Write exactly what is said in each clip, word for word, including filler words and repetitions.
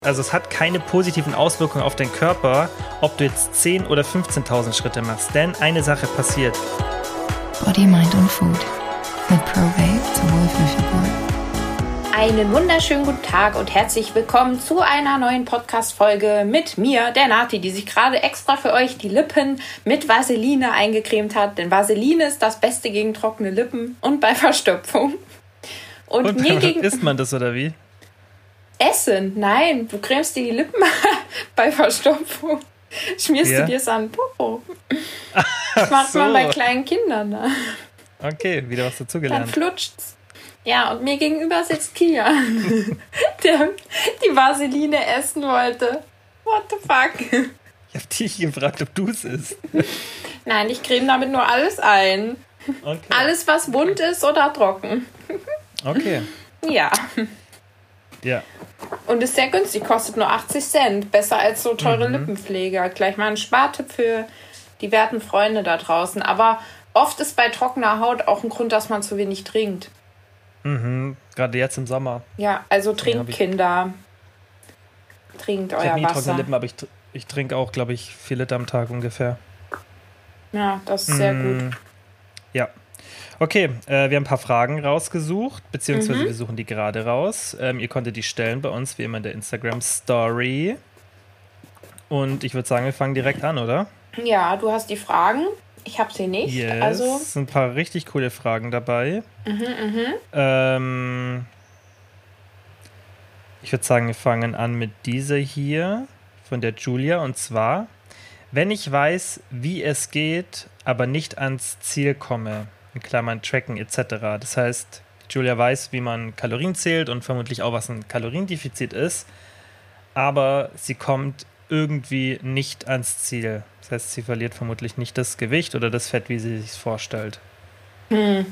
Also es hat keine positiven Auswirkungen auf deinen Körper, ob du jetzt zehntausend oder fünfzehntausend Schritte machst. Denn eine Sache passiert. Body, Mind und Food mit Probate zur Wohlfühlfigur. Einen wunderschönen guten Tag und herzlich willkommen zu einer neuen Podcast-Folge mit mir, der Nati, die sich gerade extra für euch die Lippen mit Vaseline eingecremt hat. Denn Vaseline ist das Beste gegen trockene Lippen und bei Verstopfung. Und, und mir gegen... Isst man das oder wie? Essen? Nein, du cremst dir die Lippen bei Verstopfung. Schmierst ja. du dir es an den Popo. Das macht so. man bei kleinen Kindern. Ne? Okay, wieder was dazugelernt. Dann flutscht's. Ja, und mir gegenüber sitzt Kian, der die Vaseline essen wollte. What the fuck? Ich hab dich gefragt, ob du es isst. Nein, ich creme damit nur alles ein. Okay. Alles, was wund ist oder trocken. Okay. Ja. Ja. Und ist sehr günstig, kostet nur achtzig Cent. Besser als so teure mhm. Lippenpflege. Gleich mal ein Spartipp für die werten Freunde da draußen. Aber oft ist bei trockener Haut auch ein Grund, dass man zu wenig trinkt. Mhm, gerade jetzt im Sommer. Ja, also trinkt, Kinder. Trinkt euer Wasser. Ich habe nie trockene Lippen, aber ich, ich trinke auch, glaube ich, vier Liter am Tag ungefähr. Ja, das ist sehr mhm. gut. Ja. Okay, äh, wir haben ein paar Fragen rausgesucht, beziehungsweise mhm. wir suchen die gerade raus. Ähm, ihr konntet die stellen bei uns, wie immer in der Instagram-Story. Und ich würde sagen, wir fangen direkt an, oder? Ja, du hast die Fragen. Ich habe sie nicht. Yes, also es sind ein paar richtig coole Fragen dabei. Mhm, mhm. Ähm, ich würde sagen, wir fangen an mit dieser hier von der Julia. Und zwar, wenn ich weiß, wie es geht, aber nicht ans Ziel komme, in Klammern tracken et cetera. Das heißt, Julia weiß, wie man Kalorien zählt und vermutlich auch, was ein Kaloriendefizit ist, aber sie kommt irgendwie nicht ans Ziel. Das heißt, sie verliert vermutlich nicht das Gewicht oder das Fett, wie sie sich vorstellt. Hm.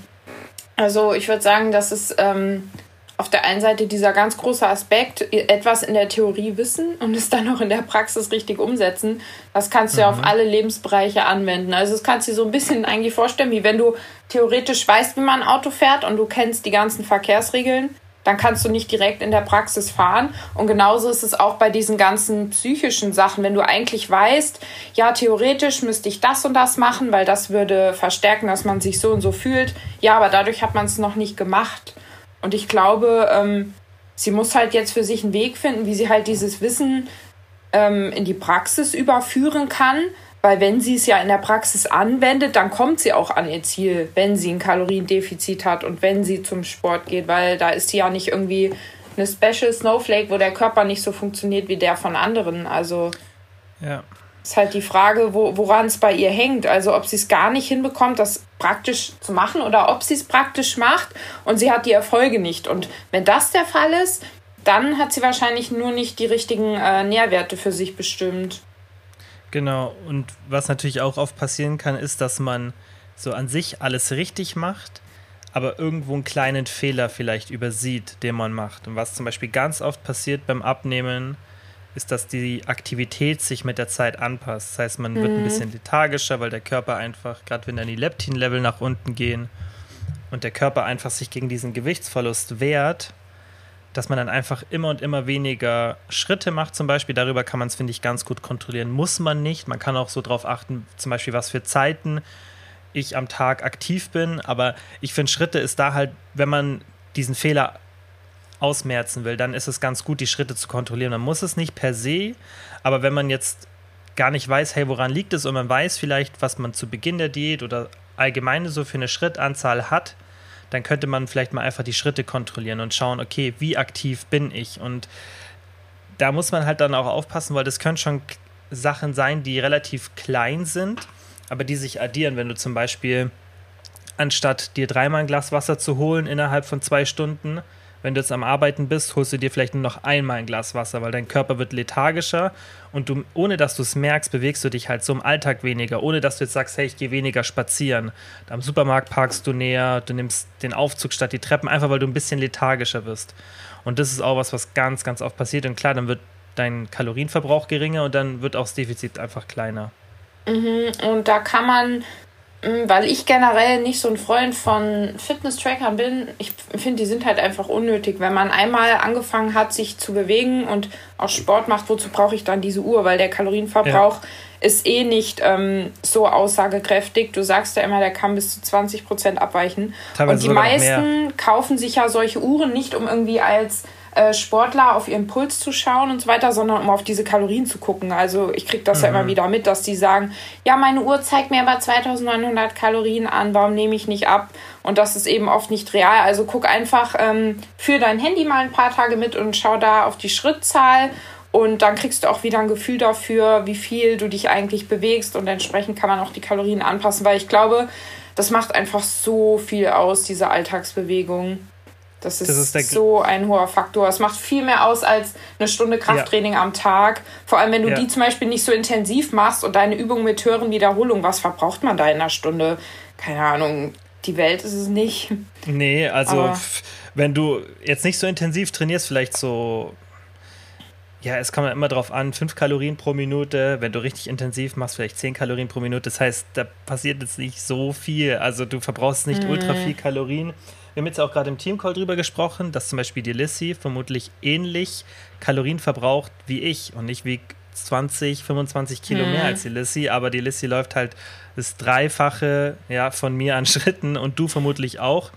Also ich würde sagen, das ist ähm, auf der einen Seite dieser ganz große Aspekt, etwas in der Theorie wissen und es dann auch in der Praxis richtig umsetzen. Das kannst du mhm. ja auf alle Lebensbereiche anwenden. Also das kannst du dir so ein bisschen eigentlich vorstellen, wie wenn du theoretisch weißt, wie man ein Auto fährt und du kennst die ganzen Verkehrsregeln, dann kannst du nicht direkt in der Praxis fahren. Und genauso ist es auch bei diesen ganzen psychischen Sachen. Wenn du eigentlich weißt, ja, theoretisch müsste ich das und das machen, weil das würde verstärken, dass man sich so und so fühlt. Ja, aber dadurch hat man es noch nicht gemacht. Und ich glaube, ähm, sie muss halt jetzt für sich einen Weg finden, wie sie halt dieses Wissen ähm, in die Praxis überführen kann. Weil wenn sie es ja in der Praxis anwendet, dann kommt sie auch an ihr Ziel, wenn sie ein Kaloriendefizit hat und wenn sie zum Sport geht. Weil da ist sie ja nicht irgendwie eine Special Snowflake, wo der Körper nicht so funktioniert wie der von anderen. Also ja. Ist halt die Frage, wo, woran es bei ihr hängt. Also ob sie es gar nicht hinbekommt, das praktisch zu machen oder ob sie es praktisch macht und sie hat die Erfolge nicht. Und wenn das der Fall ist, dann hat sie wahrscheinlich nur nicht die richtigen äh, Nährwerte für sich bestimmt. Genau, und was natürlich auch oft passieren kann, ist, dass man so an sich alles richtig macht, aber irgendwo einen kleinen Fehler vielleicht übersieht, den man macht. Und was zum Beispiel ganz oft passiert beim Abnehmen, ist, dass die Aktivität sich mit der Zeit anpasst. Das heißt, man mhm. wird ein bisschen lethargischer, weil der Körper einfach, gerade wenn dann die Leptin-Level nach unten gehen und der Körper einfach sich gegen diesen Gewichtsverlust wehrt, dass man dann einfach immer und immer weniger Schritte macht zum Beispiel. Darüber kann man es, finde ich, ganz gut kontrollieren. Muss man nicht. Man kann auch so drauf achten, zum Beispiel, was für Zeiten ich am Tag aktiv bin. Aber ich finde, Schritte ist da halt, wenn man diesen Fehler ausmerzen will, dann ist es ganz gut, die Schritte zu kontrollieren. Man muss es nicht per se, aber wenn man jetzt gar nicht weiß, hey, woran liegt es und man weiß vielleicht, was man zu Beginn der Diät oder allgemein so für eine Schrittanzahl hat, dann könnte man vielleicht mal einfach die Schritte kontrollieren und schauen, okay, wie aktiv bin ich? Und da muss man halt dann auch aufpassen, weil das können schon Sachen sein, die relativ klein sind, aber die sich addieren. Wenn du zum Beispiel, anstatt dir dreimal ein Glas Wasser zu holen innerhalb von zwei Stunden, wenn du jetzt am Arbeiten bist, holst du dir vielleicht nur noch einmal ein Glas Wasser, weil dein Körper wird lethargischer und du, ohne dass du es merkst, bewegst du dich halt so im Alltag weniger, ohne dass du jetzt sagst, hey, ich gehe weniger spazieren. Am Supermarkt parkst du näher, du nimmst den Aufzug statt die Treppen, einfach weil du ein bisschen lethargischer wirst. Und das ist auch was, was ganz, ganz oft passiert. Und klar, dann wird dein Kalorienverbrauch geringer und dann wird auch das Defizit einfach kleiner. Mhm. Und da kann man Weil ich generell nicht so ein Freund von Fitness-Trackern bin. Ich finde, die sind halt einfach unnötig. Wenn man einmal angefangen hat, sich zu bewegen und auch Sport macht, wozu brauche ich dann diese Uhr? Weil der Kalorienverbrauch ja. ist eh nicht ähm, so aussagekräftig. Du sagst ja immer, der kann bis zu zwanzig Prozent abweichen. Teilweise und die meisten kaufen sich ja solche Uhren nicht, um irgendwie als äh, Sportler auf ihren Puls zu schauen und so weiter, sondern um auf diese Kalorien zu gucken. Also ich kriege das mhm. ja immer wieder mit, dass die sagen, ja, meine Uhr zeigt mir aber zweitausendneunhundert Kalorien an, warum nehme ich nicht ab? Und das ist eben oft nicht real. Also guck einfach ähm, für dein Handy mal ein paar Tage mit und schau da auf die Schrittzahl. Und dann kriegst du auch wieder ein Gefühl dafür, wie viel du dich eigentlich bewegst. Und entsprechend kann man auch die Kalorien anpassen. Weil ich glaube, das macht einfach so viel aus, diese Alltagsbewegung. Das ist, das ist der so ein hoher Faktor. Es macht viel mehr aus als eine Stunde Krafttraining ja. am Tag. Vor allem, wenn du ja. die zum Beispiel nicht so intensiv machst und deine Übung mit höheren Wiederholungen, was verbraucht man da in einer Stunde? Keine Ahnung, die Welt ist es nicht. Nee, also Aber wenn du jetzt nicht so intensiv trainierst, vielleicht so... Ja, es kommt immer drauf an, fünf Kalorien pro Minute, wenn du richtig intensiv machst, vielleicht zehn Kalorien pro Minute. Das heißt, da passiert jetzt nicht so viel. Also du verbrauchst nicht mm. ultra viel Kalorien. Wir haben jetzt auch gerade im Teamcall drüber gesprochen, dass zum Beispiel die Lissy vermutlich ähnlich Kalorien verbraucht wie ich und ich wiege zwanzig, fünfundzwanzig Kilo mm. mehr als die Lissy, aber die Lissy läuft halt das Dreifache ja, von mir an Schritten und du vermutlich auch.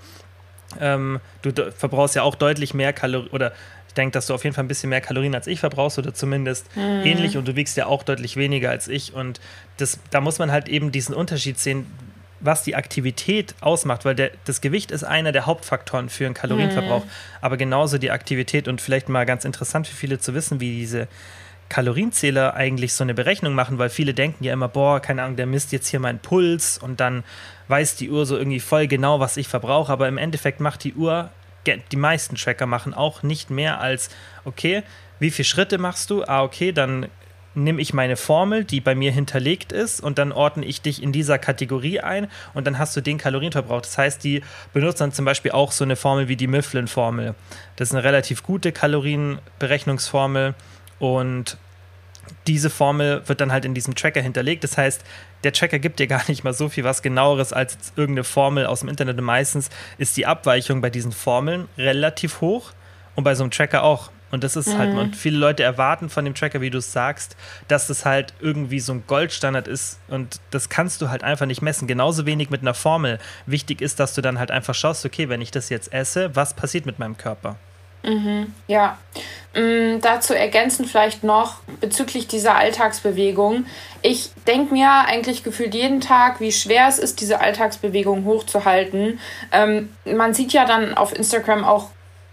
Ähm, du de- verbrauchst ja auch deutlich mehr Kalorien oder ich denke, dass du auf jeden Fall ein bisschen mehr Kalorien als ich verbrauchst oder zumindest mhm. ähnlich und du wiegst ja auch deutlich weniger als ich und das, da muss man halt eben diesen Unterschied sehen, was die Aktivität ausmacht, weil der, das Gewicht ist einer der Hauptfaktoren für einen Kalorienverbrauch, mhm. aber genauso die Aktivität und vielleicht mal ganz interessant für viele zu wissen, wie diese Kalorienzähler eigentlich so eine Berechnung machen, weil viele denken ja immer, boah, keine Ahnung, der misst jetzt hier meinen Puls und dann weiß die Uhr so irgendwie voll genau, was ich verbrauche, aber im Endeffekt macht die Uhr, die meisten Tracker machen auch nicht mehr als, okay, wie viele Schritte machst du? Ah, okay, dann nehme ich meine Formel, die bei mir hinterlegt ist und dann ordne ich dich in dieser Kategorie ein und dann hast du den Kalorienverbrauch. Das heißt, die benutzen dann zum Beispiel auch so eine Formel wie die Mifflin-Formel. Das ist eine relativ gute Kalorienberechnungsformel und diese Formel wird dann halt in diesem Tracker hinterlegt. Das heißt, der Tracker gibt dir gar nicht mal so viel was Genaueres als irgendeine Formel aus dem Internet. Und meistens ist die Abweichung bei diesen Formeln relativ hoch und bei so einem Tracker auch. Und das ist mhm. halt, und viele Leute erwarten von dem Tracker, wie du es sagst, dass das halt irgendwie so ein Goldstandard ist und das kannst du halt einfach nicht messen. Genauso wenig mit einer Formel. Wichtig ist, dass du dann halt einfach schaust, okay, wenn ich das jetzt esse, was passiert mit meinem Körper? Mhm, ja, ähm, dazu ergänzend vielleicht noch bezüglich dieser Alltagsbewegung. Ich denke mir eigentlich gefühlt jeden Tag, wie schwer es ist, diese Alltagsbewegung hochzuhalten. Ähm, man sieht ja dann auf Instagram auch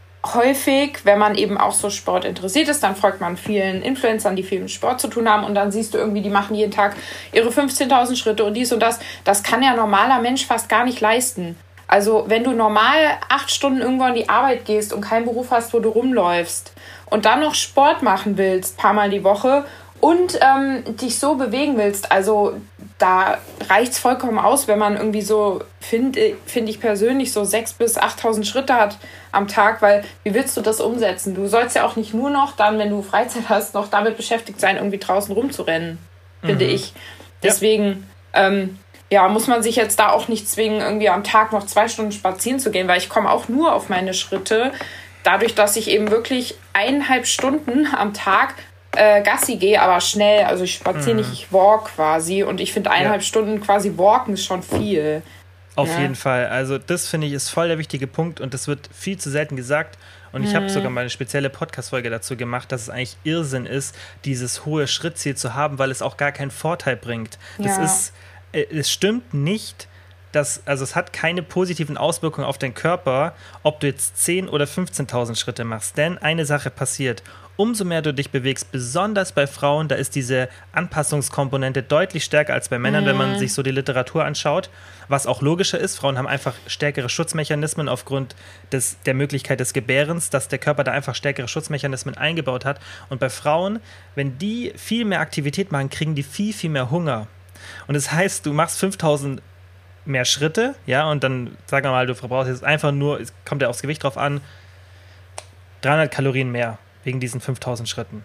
häufig, wenn man eben auch so Sport interessiert ist, dann folgt man vielen Influencern, die viel mit Sport zu tun haben und dann siehst du irgendwie, die machen jeden Tag ihre fünfzehntausend Schritte und dies und das. Das kann ja normaler Mensch fast gar nicht leisten. Also wenn du normal acht Stunden irgendwo in die Arbeit gehst und keinen Beruf hast, wo du rumläufst und dann noch Sport machen willst, paar Mal die Woche und ähm, dich so bewegen willst, also da reicht es vollkommen aus, wenn man irgendwie so, finde find ich persönlich, so sechstausend bis achttausend Schritte hat am Tag, weil wie willst du das umsetzen? Du sollst ja auch nicht nur noch dann, wenn du Freizeit hast, noch damit beschäftigt sein, irgendwie draußen rumzurennen, finde mhm. ich. Deswegen... Ja. Ähm, Ja, muss man sich jetzt da auch nicht zwingen, irgendwie am Tag noch zwei Stunden spazieren zu gehen, weil ich komme auch nur auf meine Schritte, dadurch, dass ich eben wirklich eineinhalb Stunden am Tag äh, Gassi gehe, aber schnell, also ich spaziere mhm. nicht, ich walk quasi und ich finde eineinhalb ja. Stunden quasi walken ist schon viel. Auf ja. jeden Fall, also das finde ich ist voll der wichtige Punkt und das wird viel zu selten gesagt und ich mhm. habe sogar mal eine spezielle Podcast-Folge dazu gemacht, dass es eigentlich Irrsinn ist, dieses hohe Schrittziel zu haben, weil es auch gar keinen Vorteil bringt. Das ja. ist Es stimmt nicht, dass, also es hat keine positiven Auswirkungen auf den Körper, ob du jetzt zehntausend oder fünfzehntausend Schritte machst. Denn eine Sache passiert, umso mehr du dich bewegst, besonders bei Frauen, da ist diese Anpassungskomponente deutlich stärker als bei Männern, mhm. wenn man sich so die Literatur anschaut, was auch logischer ist. Frauen haben einfach stärkere Schutzmechanismen aufgrund des, der Möglichkeit des Gebärens, dass der Körper da einfach stärkere Schutzmechanismen eingebaut hat. Und bei Frauen, wenn die viel mehr Aktivität machen, kriegen die viel, viel mehr Hunger. Und das heißt, du machst fünftausend mehr Schritte, ja, und dann, sagen wir mal, du verbrauchst jetzt einfach nur, es kommt ja aufs Gewicht drauf an, dreihundert Kalorien mehr wegen diesen fünftausend Schritten.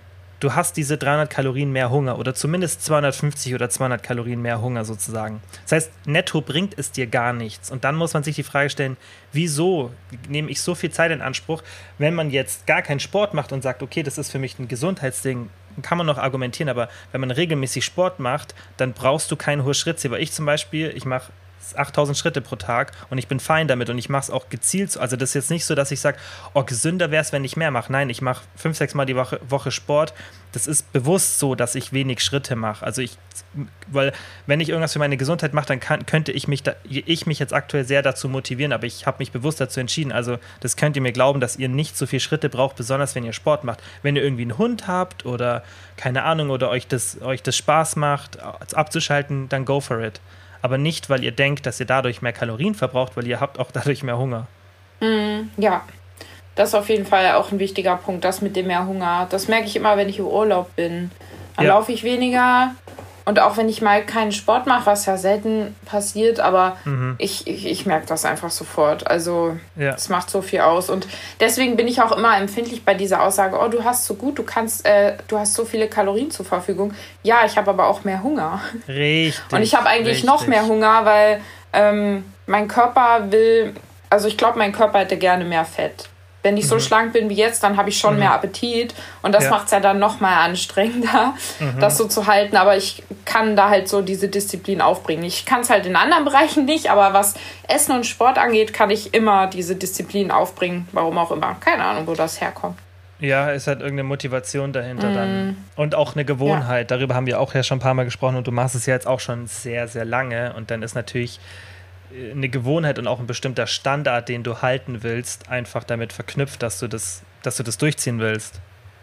du hast diese dreihundert Kalorien mehr Hunger oder zumindest zweihundertfünfzig oder zweihundert Kalorien mehr Hunger sozusagen. Das heißt, netto bringt es dir gar nichts. Und dann muss man sich die Frage stellen, wieso nehme ich so viel Zeit in Anspruch, wenn man jetzt gar keinen Sport macht und sagt, okay, das ist für mich ein Gesundheitsding, kann man noch argumentieren, aber wenn man regelmäßig Sport macht, dann brauchst du keinen hohen Schrittziel. Weil ich zum Beispiel, ich mache achttausend Schritte pro Tag und ich bin fein damit und ich mache es auch gezielt. Also das ist jetzt nicht so, dass ich sage, oh, gesünder wäre es, wenn ich mehr mache. Nein, ich mache fünf, sechs Mal die Woche, Woche Sport. Das ist bewusst so, dass ich wenig Schritte mache. Also ich, weil wenn ich irgendwas für meine Gesundheit mache, dann kann, könnte ich mich, da, ich mich jetzt aktuell sehr dazu motivieren, aber ich habe mich bewusst dazu entschieden. Also das könnt ihr mir glauben, dass ihr nicht so viele Schritte braucht, besonders wenn ihr Sport macht. Wenn ihr irgendwie einen Hund habt oder keine Ahnung oder euch das, euch das Spaß macht, abzuschalten, dann go for it. Aber nicht, weil ihr denkt, dass ihr dadurch mehr Kalorien verbraucht, weil ihr habt auch dadurch mehr Hunger. Mm, ja, das ist auf jeden Fall auch ein wichtiger Punkt, das mit dem mehr Hunger. Das merke ich immer, wenn ich im Urlaub bin. Dann ja. laufe ich weniger und auch wenn ich mal keinen Sport mache, was ja selten passiert, aber mhm. ich, ich, ich merke das einfach sofort. Also es ja. macht so viel aus und deswegen bin ich auch immer empfindlich bei dieser Aussage, oh, du hast so gut, du kannst, äh, du hast so viele Kalorien zur Verfügung. Ja, ich habe aber auch mehr Hunger. Richtig. Und ich habe eigentlich richtig. noch mehr Hunger, weil ähm, mein Körper will, also ich glaube, mein Körper hätte gerne mehr Fett. Wenn ich so mhm. schlank bin wie jetzt, dann habe ich schon mhm. mehr Appetit. Und das ja. macht es ja dann noch mal anstrengender, mhm. das so zu halten. Aber ich kann da halt so diese Disziplin aufbringen. Ich kann es halt in anderen Bereichen nicht, aber was Essen und Sport angeht, kann ich immer diese Disziplin aufbringen. Warum auch immer. Keine Ahnung, wo das herkommt. Ja, es hat irgendeine Motivation dahinter mm. dann. Und auch eine Gewohnheit. Ja. Darüber haben wir auch ja schon ein paar Mal gesprochen. Und du machst es ja jetzt auch schon sehr, sehr lange. Und dann ist natürlich eine Gewohnheit und auch ein bestimmter Standard, den du halten willst, einfach damit verknüpft, dass du das, dass du das durchziehen willst.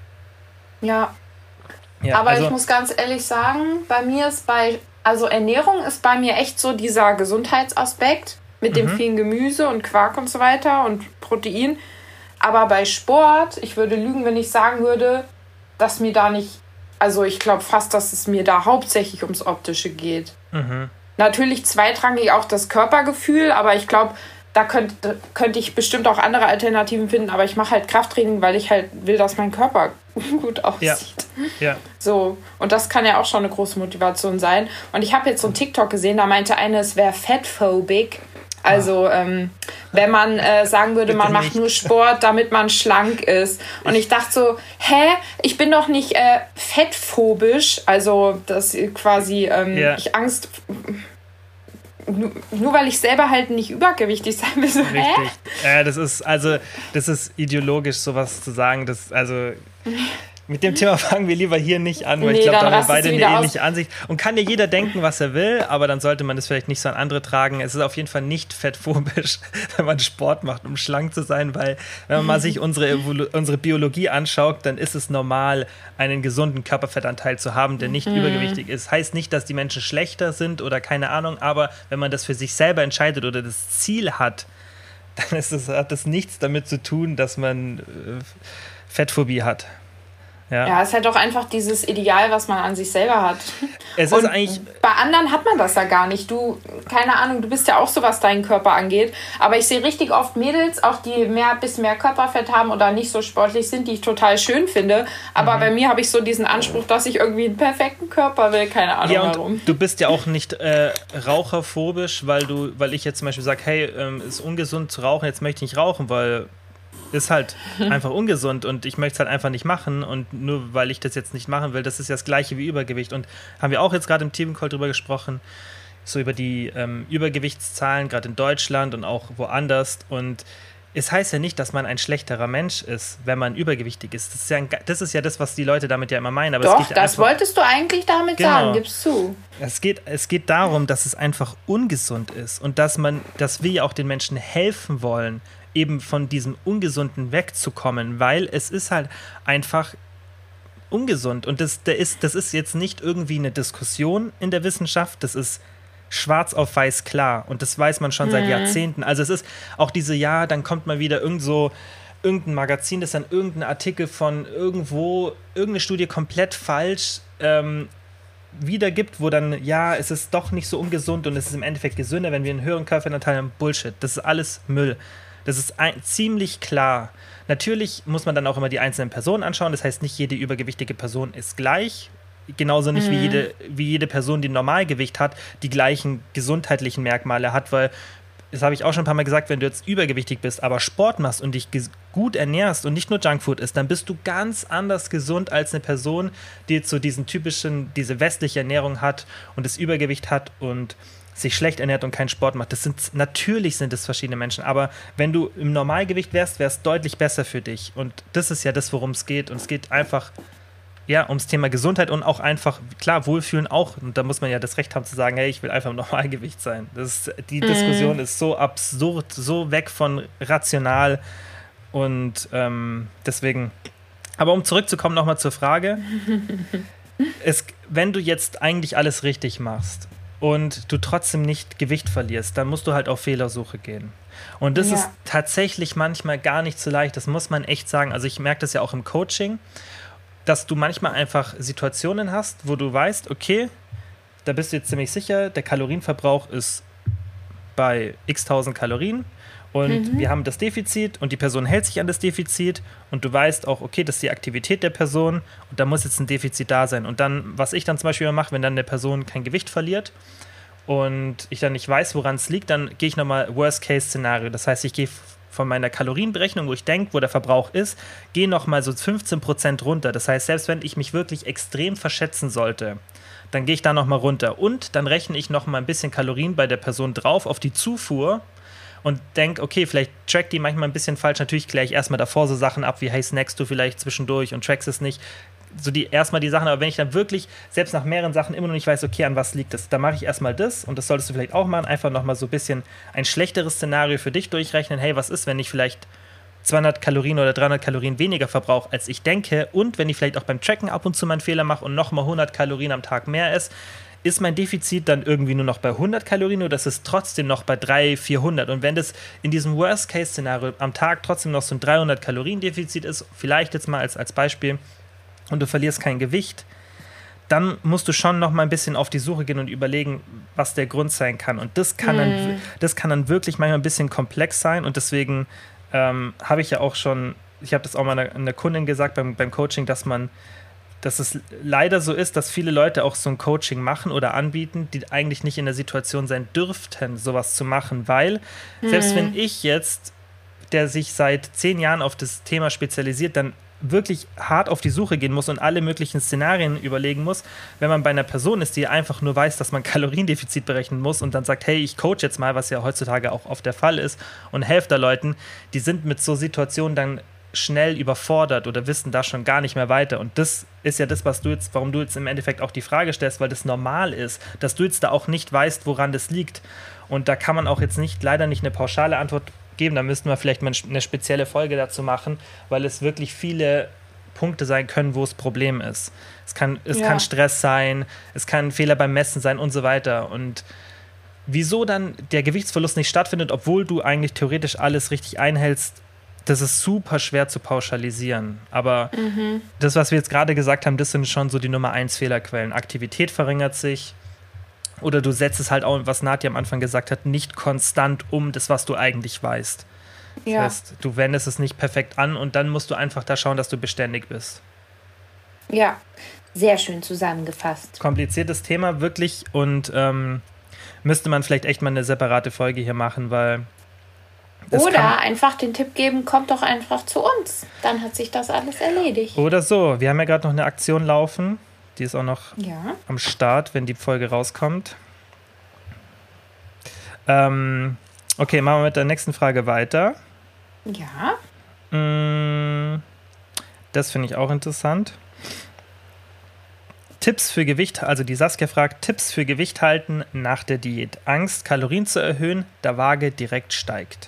Ja. ja Aber also, ich muss ganz ehrlich sagen, bei mir ist bei, also Ernährung ist bei mir echt so dieser Gesundheitsaspekt mit dem mhm. vielen Gemüse und Quark und so weiter und Protein. Aber bei Sport, ich würde lügen, wenn ich sagen würde, dass mir da nicht, also ich glaube fast, dass es mir da hauptsächlich ums Optische geht. Mhm. Natürlich zweitrangig auch das Körpergefühl, aber ich glaube, da könnte, könnte ich bestimmt auch andere Alternativen finden, aber ich mache halt Krafttraining, weil ich halt will, dass mein Körper gut aussieht. Ja. Ja. So, und das kann ja auch schon eine große Motivation sein. Und ich habe jetzt so einen TikTok gesehen, da meinte eine, es wäre fatphobic. Also ähm, wenn man äh, sagen würde, man macht nur Sport, damit man schlank ist. Und ich dachte so, hä, ich bin doch nicht äh, fettphobisch, also das quasi ähm, yeah. ich Angst, nur, nur weil ich selber halt nicht übergewichtig sein will. So, hä? Richtig. Ja, das ist also, das ist ideologisch sowas zu sagen, das also mit dem Thema fangen wir lieber hier nicht an, weil nee, ich glaube, da haben wir beide eine ähnliche aus. Ansicht. Und kann ja jeder denken, was er will, aber dann sollte man das vielleicht nicht so an andere tragen. Es ist auf jeden Fall nicht fettphobisch, wenn man Sport macht, um schlank zu sein, weil wenn man mal sich unsere, Evolu- unsere Biologie anschaut, dann ist es normal, einen gesunden Körperfettanteil zu haben, der nicht mhm. übergewichtig ist. Heißt nicht, dass die Menschen schlechter sind oder keine Ahnung, aber wenn man das für sich selber entscheidet oder das Ziel hat, dann ist es, hat das nichts damit zu tun, dass man äh, Fettphobie hat. Ja. ja, es ist halt doch einfach dieses Ideal, was man an sich selber hat. Es und ist eigentlich bei anderen hat man das ja gar nicht. Du, keine Ahnung, du bist ja auch so, was deinen Körper angeht. Aber ich sehe richtig oft Mädels, auch die mehr bisschen mehr Körperfett haben oder nicht so sportlich sind, die ich total schön finde. Aber mhm. bei mir habe ich so diesen Anspruch, dass ich irgendwie einen perfekten Körper will. Keine Ahnung ja, und warum. Du bist ja auch nicht äh, raucherphobisch, weil du, weil ich jetzt zum Beispiel sage, hey, ähm, ist ungesund zu rauchen, jetzt möchte ich nicht rauchen, weil ist halt einfach ungesund und ich möchte es halt einfach nicht machen und nur weil ich das jetzt nicht machen will, das ist ja das Gleiche wie Übergewicht und haben wir auch jetzt gerade im Teamcall drüber gesprochen, so über die ähm, Übergewichtszahlen, gerade in Deutschland und auch woanders und es heißt ja nicht, dass man ein schlechterer Mensch ist, wenn man übergewichtig ist. Das ist ja, ein, das, ist ja das, was die Leute damit ja immer meinen. Aber Doch, es geht das einfach, wolltest du eigentlich damit genau. sagen, gibst zu. Es geht, es geht darum, dass es einfach ungesund ist und dass man, dass wir ja auch den Menschen helfen wollen, eben von diesem Ungesunden wegzukommen, weil es ist halt einfach ungesund und das, das, ist, das ist jetzt nicht irgendwie eine Diskussion in der Wissenschaft, das ist schwarz auf weiß klar und das weiß man schon mhm. seit Jahrzehnten. Also es ist auch diese, ja, dann kommt mal wieder irgend so irgendein Magazin, das dann irgendein Artikel von irgendwo, irgendeine Studie komplett falsch ähm, wiedergibt, wo dann, ja, es ist doch nicht so ungesund und es ist im Endeffekt gesünder, wenn wir einen höheren Körperfettanteil haben. Bullshit, das ist alles Müll. Das ist ein, ziemlich klar. Natürlich muss man dann auch immer die einzelnen Personen anschauen. Das heißt, nicht jede übergewichtige Person ist gleich. Genauso nicht mhm. wie, jede, wie jede Person, die Normalgewicht hat, die gleichen gesundheitlichen Merkmale hat, weil, das habe ich auch schon ein paar Mal gesagt, wenn du jetzt übergewichtig bist, aber Sport machst und dich gut ernährst und nicht nur Junkfood isst, dann bist du ganz anders gesund als eine Person, die jetzt so diesen typischen, diese westliche Ernährung hat und das Übergewicht hat und sich schlecht ernährt und keinen Sport macht. Das sind, natürlich sind es verschiedene Menschen, aber wenn du im Normalgewicht wärst, wäre es deutlich besser für dich. Und das ist ja das, worum es geht. Und es geht einfach ja, ums Thema Gesundheit und auch einfach, klar, Wohlfühlen auch. Und da muss man ja das Recht haben zu sagen, hey, ich will einfach im Normalgewicht sein. Das ist, die mm. Diskussion ist so absurd, so weg von rational. Und ähm, deswegen, aber um zurückzukommen nochmal zur Frage, es, wenn du jetzt eigentlich alles richtig machst und du trotzdem nicht Gewicht verlierst, dann musst du halt auf Fehlersuche gehen. Und das ja. ist tatsächlich manchmal gar nicht so leicht, das muss man echt sagen. Also ich merke das ja auch im Coaching, dass du manchmal einfach Situationen hast, wo du weißt, okay, da bist du jetzt ziemlich sicher, der Kalorienverbrauch ist bei x tausend Kalorien und mhm. wir haben das Defizit und die Person hält sich an das Defizit und du weißt auch, okay, das ist die Aktivität der Person und da muss jetzt ein Defizit da sein. Und dann, was ich dann zum Beispiel immer mache, wenn dann eine Person kein Gewicht verliert und ich dann nicht weiß, woran es liegt, dann gehe ich nochmal Worst-Case-Szenario. Das heißt, ich gehe von meiner Kalorienberechnung, wo ich denke, wo der Verbrauch ist, gehe nochmal so fünfzehn Prozent runter. Das heißt, selbst wenn ich mich wirklich extrem verschätzen sollte, dann gehe ich da nochmal runter. Und dann rechne ich nochmal ein bisschen Kalorien bei der Person drauf auf die Zufuhr und denke, okay, vielleicht trackt die manchmal ein bisschen falsch. Natürlich kläre ich erstmal davor so Sachen ab, wie hey, snackst du vielleicht zwischendurch und trackst es nicht. So die erstmal die Sachen, aber wenn ich dann wirklich selbst nach mehreren Sachen immer noch nicht weiß, okay, an was liegt das, dann mache ich erstmal das und das solltest du vielleicht auch machen, einfach nochmal so ein bisschen ein schlechteres Szenario für dich durchrechnen, hey, was ist, wenn ich vielleicht zweihundert Kalorien oder dreihundert Kalorien weniger verbrauche, als ich denke und wenn ich vielleicht auch beim Tracken ab und zu mal einen Fehler mache und nochmal hundert Kalorien am Tag mehr esse, ist mein Defizit dann irgendwie nur noch bei hundert Kalorien oder ist es trotzdem noch bei dreihundert, vierhundert? Und wenn das in diesem Worst-Case-Szenario am Tag trotzdem noch so ein dreihundert Kalorien-Defizit ist, vielleicht jetzt mal als, als Beispiel, und du verlierst kein Gewicht, dann musst du schon noch mal ein bisschen auf die Suche gehen und überlegen, was der Grund sein kann. Und das kann, mm. dann, das kann dann wirklich manchmal ein bisschen komplex sein. Und deswegen ähm, habe ich ja auch schon, ich habe das auch mal einer, einer Kundin gesagt beim, beim Coaching, dass man, dass es leider so ist, dass viele Leute auch so ein Coaching machen oder anbieten, die eigentlich nicht in der Situation sein dürften, sowas zu machen. Weil mm. selbst wenn ich jetzt, der sich seit zehn Jahren auf das Thema spezialisiert, dann wirklich hart auf die Suche gehen muss und alle möglichen Szenarien überlegen muss, wenn man bei einer Person ist, die einfach nur weiß, dass man Kaloriendefizit berechnen muss und dann sagt, hey, ich coach jetzt mal, was ja heutzutage auch oft der Fall ist und helfe da Leuten, die sind mit so Situationen dann schnell überfordert oder wissen da schon gar nicht mehr weiter. Und das ist ja das, was du jetzt, warum du jetzt im Endeffekt auch die Frage stellst, weil das normal ist, dass du jetzt da auch nicht weißt, woran das liegt. Und da kann man auch jetzt nicht, leider nicht eine pauschale Antwort geben, da müssten wir vielleicht mal eine spezielle Folge dazu machen, weil es wirklich viele Punkte sein können, wo es Problem ist. Es kann, es ja. kann Stress sein, es kann Fehler beim Messen sein und so weiter. Und wieso dann der Gewichtsverlust nicht stattfindet, obwohl du eigentlich theoretisch alles richtig einhältst, das ist super schwer zu pauschalisieren. Aber mhm. das, was wir jetzt gerade gesagt haben, das sind schon so die Nummer eins Fehlerquellen. Aktivität verringert sich, oder du setzt es halt auch, was Nadja am Anfang gesagt hat, nicht konstant um das, was du eigentlich weißt. Das ja. heißt, du wendest es nicht perfekt an und dann musst du einfach da schauen, dass du beständig bist. Ja, sehr schön zusammengefasst. Kompliziertes Thema, wirklich. Und ähm, müsste man vielleicht echt mal eine separate Folge hier machen, weil... Oder einfach den Tipp geben, kommt doch einfach zu uns. Dann hat sich das alles erledigt. Oder so. Wir haben ja gerade noch eine Aktion laufen. Die ist auch noch ja. am Start, wenn die Folge rauskommt. Ähm, okay, machen wir mit der nächsten Frage weiter. Ja. Das finde ich auch interessant. Tipps für Gewicht, also die Saskia fragt, Tipps für Gewicht halten nach der Diät. Angst, Kalorien zu erhöhen, da Waage direkt steigt.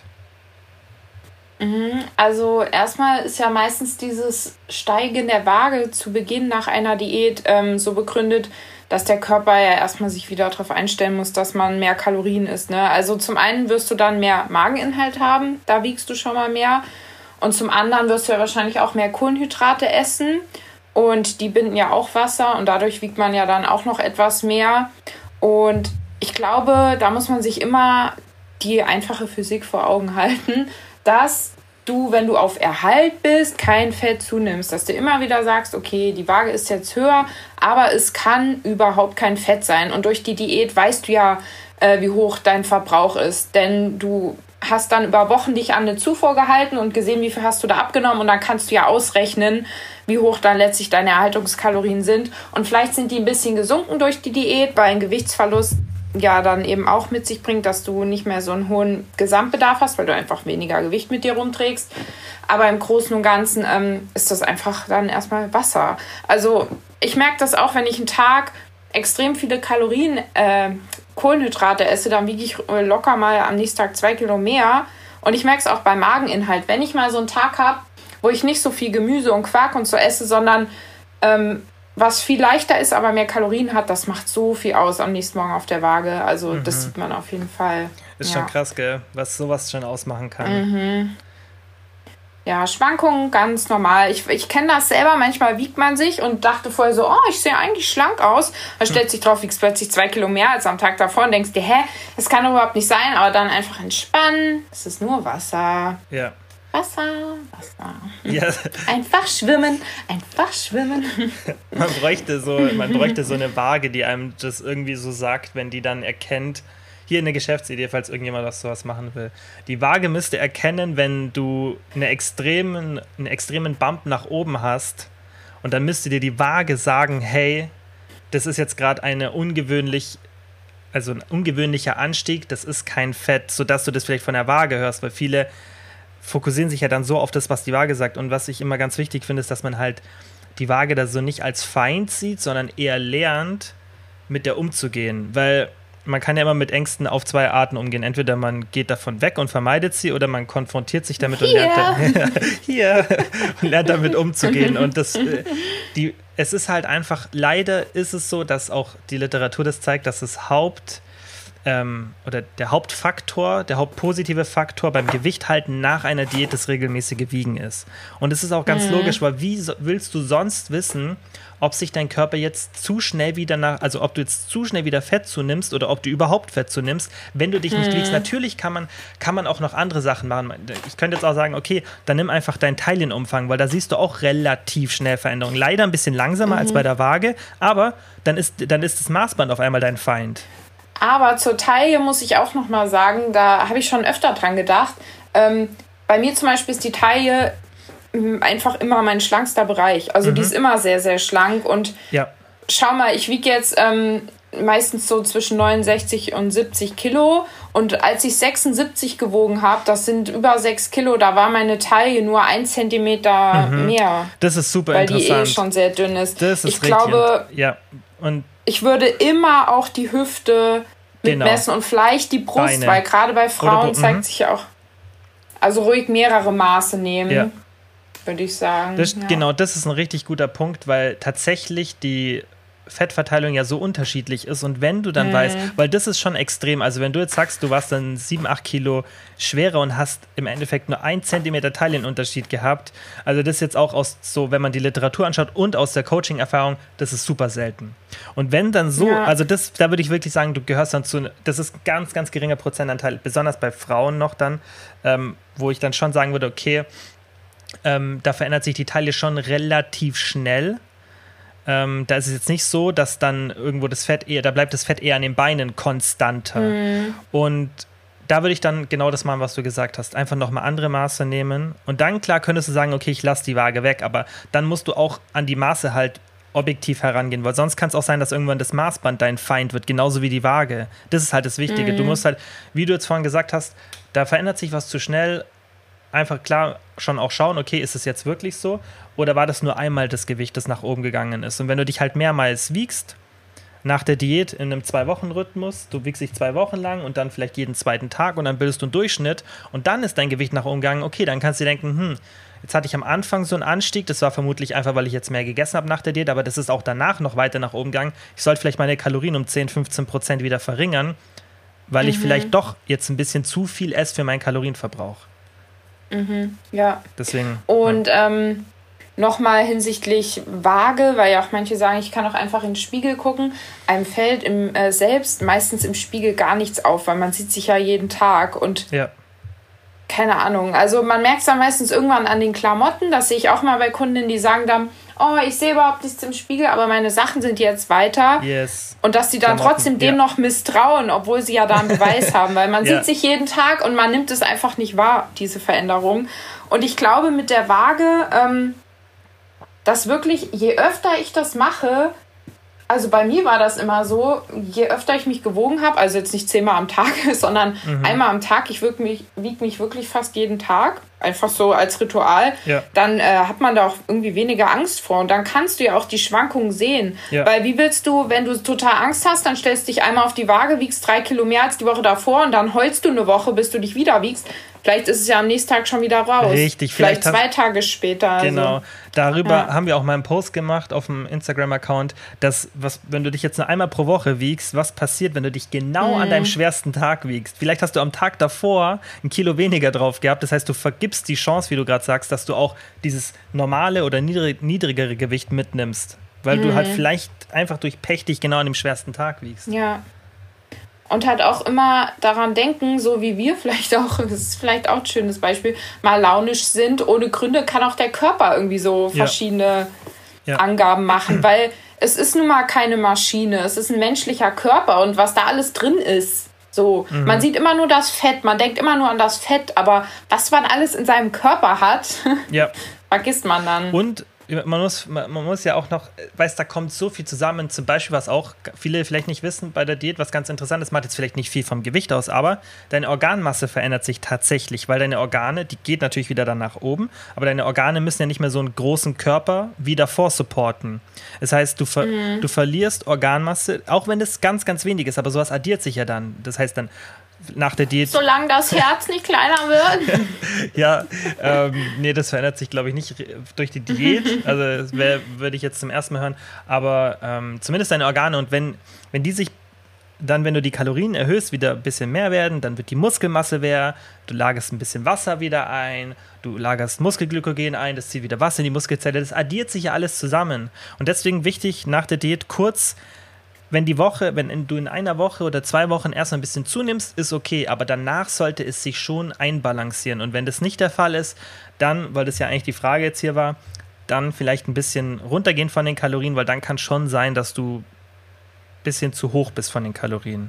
Also erstmal ist ja meistens dieses Steigen der Waage zu Beginn nach einer Diät ähm, so begründet, dass der Körper ja erstmal sich wieder darauf einstellen muss, dass man mehr Kalorien isst. Ne? Also zum einen wirst du dann mehr Mageninhalt haben, da wiegst du schon mal mehr. Und zum anderen wirst du ja wahrscheinlich auch mehr Kohlenhydrate essen. Und die binden ja auch Wasser und dadurch wiegt man ja dann auch noch etwas mehr. Und ich glaube, da muss man sich immer die einfache Physik vor Augen halten. dass du, wenn du auf Erhalt bist, kein Fett zunimmst. Dass du immer wieder sagst, okay, die Waage ist jetzt höher, aber es kann überhaupt kein Fett sein. Und durch die Diät weißt du ja, äh, wie hoch dein Verbrauch ist. Denn du hast dann über Wochen dich an eine Zufuhr gehalten und gesehen, wie viel hast du da abgenommen. Und dann kannst du ja ausrechnen, wie hoch dann letztlich deine Erhaltungskalorien sind. Und vielleicht sind die ein bisschen gesunken durch die Diät, weil ein Gewichtsverlust ja dann eben auch mit sich bringt, dass du nicht mehr so einen hohen Gesamtbedarf hast, weil du einfach weniger Gewicht mit dir rumträgst. Aber im Großen und Ganzen ähm, ist das einfach dann erstmal Wasser. Also ich merke das auch, wenn ich einen Tag extrem viele Kalorien, äh, Kohlenhydrate esse, dann wiege ich locker mal am nächsten Tag zwei Kilo mehr. Und ich merke es auch beim Mageninhalt. Wenn ich mal so einen Tag habe, wo ich nicht so viel Gemüse und Quark und so esse, sondern ähm, was viel leichter ist, aber mehr Kalorien hat, das macht so viel aus am nächsten Morgen auf der Waage. Also mhm. das sieht man auf jeden Fall. Ist ja. schon krass, gell? Was sowas schon ausmachen kann. Mhm. Ja, Schwankungen ganz normal. Ich, ich kenne das selber. Manchmal wiegt man sich und dachte vorher so, oh, ich sehe eigentlich schlank aus. Dann stellt sich drauf, wiegst plötzlich zwei Kilo mehr als am Tag davor und denkst dir, hä, das kann doch überhaupt nicht sein. Aber dann einfach entspannen. Es ist nur Wasser. Ja. Wasser, Wasser. Ja. Einfach schwimmen, einfach schwimmen. Man bräuchte so, man bräuchte so eine Waage, die einem das irgendwie so sagt, wenn die dann erkennt, hier eine Geschäftsidee, falls irgendjemand was sowas machen will. Die Waage müsste erkennen, wenn du eine extremen, einen extremen Bump nach oben hast und dann müsste dir die Waage sagen, hey, das ist jetzt gerade eine ungewöhnlich, also ein ungewöhnlicher Anstieg, das ist kein Fett, sodass du das vielleicht von der Waage hörst, weil viele fokussieren sich ja dann so auf das, was die Waage sagt. Und was ich immer ganz wichtig finde, ist, dass man halt die Waage da so nicht als Feind sieht, sondern eher lernt, mit der umzugehen. Weil man kann ja immer mit Ängsten auf zwei Arten umgehen. Entweder man geht davon weg und vermeidet sie oder man konfrontiert sich damit und lernt, da, hier, und lernt damit umzugehen. Und das, die, es ist halt einfach, leider ist es so, dass auch die Literatur das zeigt, dass das Haupt Ähm, oder der Hauptfaktor, der hauptpositive Faktor beim Gewichthalten nach einer Diät das regelmäßige Wiegen ist. Und es ist auch ganz mhm. logisch, weil wie so, willst du sonst wissen, ob sich dein Körper jetzt zu schnell wieder nach, also ob du jetzt zu schnell wieder Fett zunimmst oder ob du überhaupt Fett zunimmst, wenn du dich mhm. nicht wiegst. Natürlich kann man, kann man auch noch andere Sachen machen. Ich könnte jetzt auch sagen, okay, dann nimm einfach deinen Teilienumfang, weil da siehst du auch relativ schnell Veränderungen. Leider ein bisschen langsamer mhm. als bei der Waage, aber dann ist, dann ist das Maßband auf einmal dein Feind. Aber zur Taille muss ich auch noch mal sagen, da habe ich schon öfter dran gedacht. Ähm, bei mir zum Beispiel ist die Taille einfach immer mein schlankster Bereich. Also mhm. die ist immer sehr, sehr schlank. Und ja. schau mal, ich wiege jetzt ähm, meistens so zwischen neunundsechzig und siebzig Kilo. Und als ich sechsundsiebzig gewogen habe, das sind über sechs Kilo, da war meine Taille nur ein Zentimeter mhm. mehr. Das ist super weil interessant. Weil die eh schon sehr dünn ist. Das ist ich glaube, ja. Und ich würde immer auch die Hüfte mitmessen genau. und vielleicht die Brust, Beine. Weil gerade bei Frauen Oder, zeigt m- sich ja auch, also ruhig mehrere Maße nehmen, ja. würde ich sagen. Das, ja. Genau, das ist ein richtig guter Punkt, weil tatsächlich die Fettverteilung ja so unterschiedlich ist und wenn du dann mhm. weißt, weil das ist schon extrem, also wenn du jetzt sagst, du warst dann sieben, acht Kilo schwerer und hast im Endeffekt nur ein Zentimeter Teilienunterschied gehabt, also das jetzt auch aus so, wenn man die Literatur anschaut und aus der Coaching-Erfahrung, das ist super selten. Und wenn dann so, ja. also das, da würde ich wirklich sagen, du gehörst dann zu, das ist ein ganz, ganz geringer Prozentanteil, besonders bei Frauen noch dann, ähm, wo ich dann schon sagen würde, okay, ähm, da verändert sich die Taille schon relativ schnell. Ähm, da ist es jetzt nicht so, dass dann irgendwo das Fett eher, da bleibt das Fett eher an den Beinen konstanter. Mhm. Und da würde ich dann genau das machen, was du gesagt hast. Einfach nochmal andere Maße nehmen. Und dann, klar, könntest du sagen, okay, ich lasse die Waage weg. Aber dann musst du auch an die Maße halt objektiv herangehen. Weil sonst kann es auch sein, dass irgendwann das Maßband dein Feind wird. Genauso wie die Waage. Das ist halt das Wichtige. Mhm. Du musst halt, wie du jetzt vorhin gesagt hast, da verändert sich was zu schnell. Einfach klar schon auch schauen, okay, ist es jetzt wirklich so? Oder war das nur einmal das Gewicht, das nach oben gegangen ist? Und wenn du dich halt mehrmals wiegst, nach der Diät in einem Zwei-Wochen-Rhythmus, du wiegst dich zwei Wochen lang und dann vielleicht jeden zweiten Tag und dann bildest du einen Durchschnitt und dann ist dein Gewicht nach oben gegangen, okay, dann kannst du dir denken, hm, jetzt hatte ich am Anfang so einen Anstieg, das war vermutlich einfach, weil ich jetzt mehr gegessen habe nach der Diät, aber das ist auch danach noch weiter nach oben gegangen. Ich sollte vielleicht meine Kalorien um zehn, fünfzehn Prozent wieder verringern, weil mhm. ich vielleicht doch jetzt ein bisschen zu viel esse für meinen Kalorienverbrauch. Mhm, ja. Deswegen. Und ja. ähm, nochmal hinsichtlich Waage, weil ja auch manche sagen, ich kann auch einfach in den Spiegel gucken. Einem fällt im, äh, selbst meistens im Spiegel gar nichts auf, weil man sieht sich ja jeden Tag. Und ja. keine Ahnung. Also man merkt es dann meistens irgendwann an den Klamotten. Das sehe ich auch mal bei Kundinnen, die sagen dann, oh, ich sehe überhaupt nichts im Spiegel, aber meine Sachen sind jetzt weiter. Yes. Und dass die dann Klamotten, trotzdem dem ja. noch misstrauen, obwohl sie ja da einen Beweis haben. Weil man ja. sieht sich jeden Tag und man nimmt es einfach nicht wahr, diese Veränderung. Und ich glaube, mit der Waage, ähm, dass wirklich, je öfter ich das mache, also bei mir war das immer so, je öfter ich mich gewogen habe, also jetzt nicht zehnmal am Tag, sondern mhm. einmal am Tag, ich wiege mich, wieg mich wirklich fast jeden Tag, einfach so als Ritual, ja. dann äh, hat man da auch irgendwie weniger Angst vor und dann kannst du ja auch die Schwankungen sehen. Ja. Weil wie willst du, wenn du total Angst hast, dann stellst du dich einmal auf die Waage, wiegst drei Kilo mehr als die Woche davor und dann heulst du eine Woche, bis du dich wieder wiegst. Vielleicht ist es ja am nächsten Tag schon wieder raus. Richtig. Vielleicht, vielleicht zwei Tage später. Also. Genau. Darüber ja. haben wir auch mal einen Post gemacht auf dem Instagram-Account, dass, was, wenn du dich jetzt nur einmal pro Woche wiegst, was passiert, wenn du dich genau mhm. an deinem schwersten Tag wiegst. Vielleicht hast du am Tag davor ein Kilo weniger drauf gehabt. Das heißt, du vergibst die Chance, wie du gerade sagst, dass du auch dieses normale oder niedrig, niedrigere Gewicht mitnimmst. Weil mhm. du halt vielleicht einfach durch Pech dich genau an dem schwersten Tag wiegst. Ja. Und halt auch immer daran denken, so wie wir vielleicht auch, das ist vielleicht auch ein schönes Beispiel, mal launisch sind. Ohne Gründe kann auch der Körper irgendwie so verschiedene ja. Ja. Angaben machen, weil es ist nun mal keine Maschine, es ist ein menschlicher Körper und was da alles drin ist. So, mhm. man sieht immer nur das Fett, man denkt immer nur an das Fett, aber was man alles in seinem Körper hat, ja. vergisst man dann. Und Man muss, man muss ja auch noch, weiß, da kommt so viel zusammen, zum Beispiel, was auch viele vielleicht nicht wissen bei der Diät, was ganz interessant ist, macht jetzt vielleicht nicht viel vom Gewicht aus, aber deine Organmasse verändert sich tatsächlich, weil deine Organe, die geht natürlich wieder dann nach oben, aber deine Organe müssen ja nicht mehr so einen großen Körper wie davor supporten. Das heißt, du, ver- mhm. du verlierst Organmasse, auch wenn das ganz, ganz wenig ist, aber sowas addiert sich ja dann. Das heißt dann, nach der Diät. Solange das Herz nicht kleiner wird. ja, ähm, nee, das verändert sich, glaube ich, nicht durch die Diät. Also das würde ich jetzt zum ersten Mal hören. Aber ähm, zumindest deine Organe. Und wenn, wenn die sich dann, wenn du die Kalorien erhöhst, wieder ein bisschen mehr werden, dann wird die Muskelmasse mehr, du lagerst ein bisschen Wasser wieder ein, du lagerst Muskelglykogen ein, das zieht wieder Wasser in die Muskelzelle. Das addiert sich ja alles zusammen. Und deswegen wichtig, nach der Diät kurz, wenn die Woche, wenn du in einer Woche oder zwei Wochen erstmal ein bisschen zunimmst, ist okay, aber danach sollte es sich schon einbalancieren. Und wenn das nicht der Fall ist, dann, weil das ja eigentlich die Frage jetzt hier war, dann vielleicht ein bisschen runtergehen von den Kalorien, weil dann kann schon sein, dass du ein bisschen zu hoch bist von den Kalorien.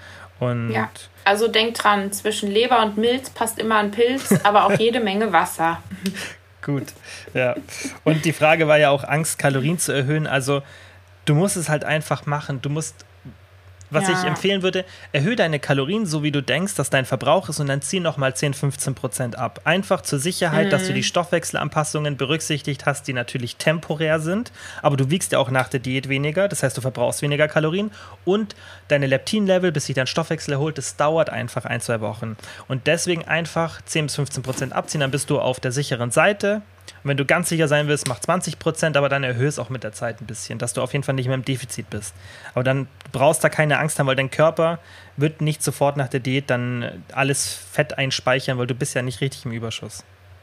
Und ja, also denk dran, zwischen Leber und Milz passt immer ein Pilz, aber auch jede Menge Wasser. Gut, ja. Und die Frage war ja auch, Angst, Kalorien zu erhöhen, also du musst es halt einfach machen. Du musst, was ja. ich empfehlen würde, erhöhe deine Kalorien, so wie du denkst, dass dein Verbrauch ist und dann zieh nochmal zehn, fünfzehn Prozent ab. Einfach zur Sicherheit, mhm. dass du die Stoffwechselanpassungen berücksichtigt hast, die natürlich temporär sind, aber du wiegst ja auch nach der Diät weniger, das heißt, du verbrauchst weniger Kalorien und deine Leptinlevel, bis sich dein Stoffwechsel erholt, das dauert einfach ein, zwei Wochen. Und deswegen einfach zehn bis fünfzehn Prozent abziehen, dann bist du auf der sicheren Seite. Und wenn du ganz sicher sein willst, mach zwanzig Prozent, aber dann erhöhst auch mit der Zeit ein bisschen, dass du auf jeden Fall nicht mehr im Defizit bist. Aber dann brauchst du da keine Angst haben, weil dein Körper wird nicht sofort nach der Diät dann alles Fett einspeichern, weil du bist ja nicht richtig im Überschuss.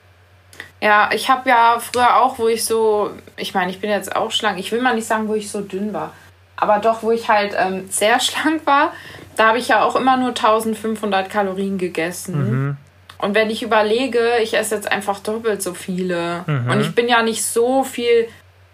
Ja, ich habe ja früher auch, wo ich so, ich meine, ich bin jetzt auch schlank, ich will mal nicht sagen, wo ich so dünn war, aber doch, wo ich halt ähm, sehr schlank war, da habe ich ja auch immer nur eintausendfünfhundert Kalorien gegessen. Mhm. Und wenn ich überlege, ich esse jetzt einfach doppelt so viele. Mhm. Und ich bin ja nicht so viel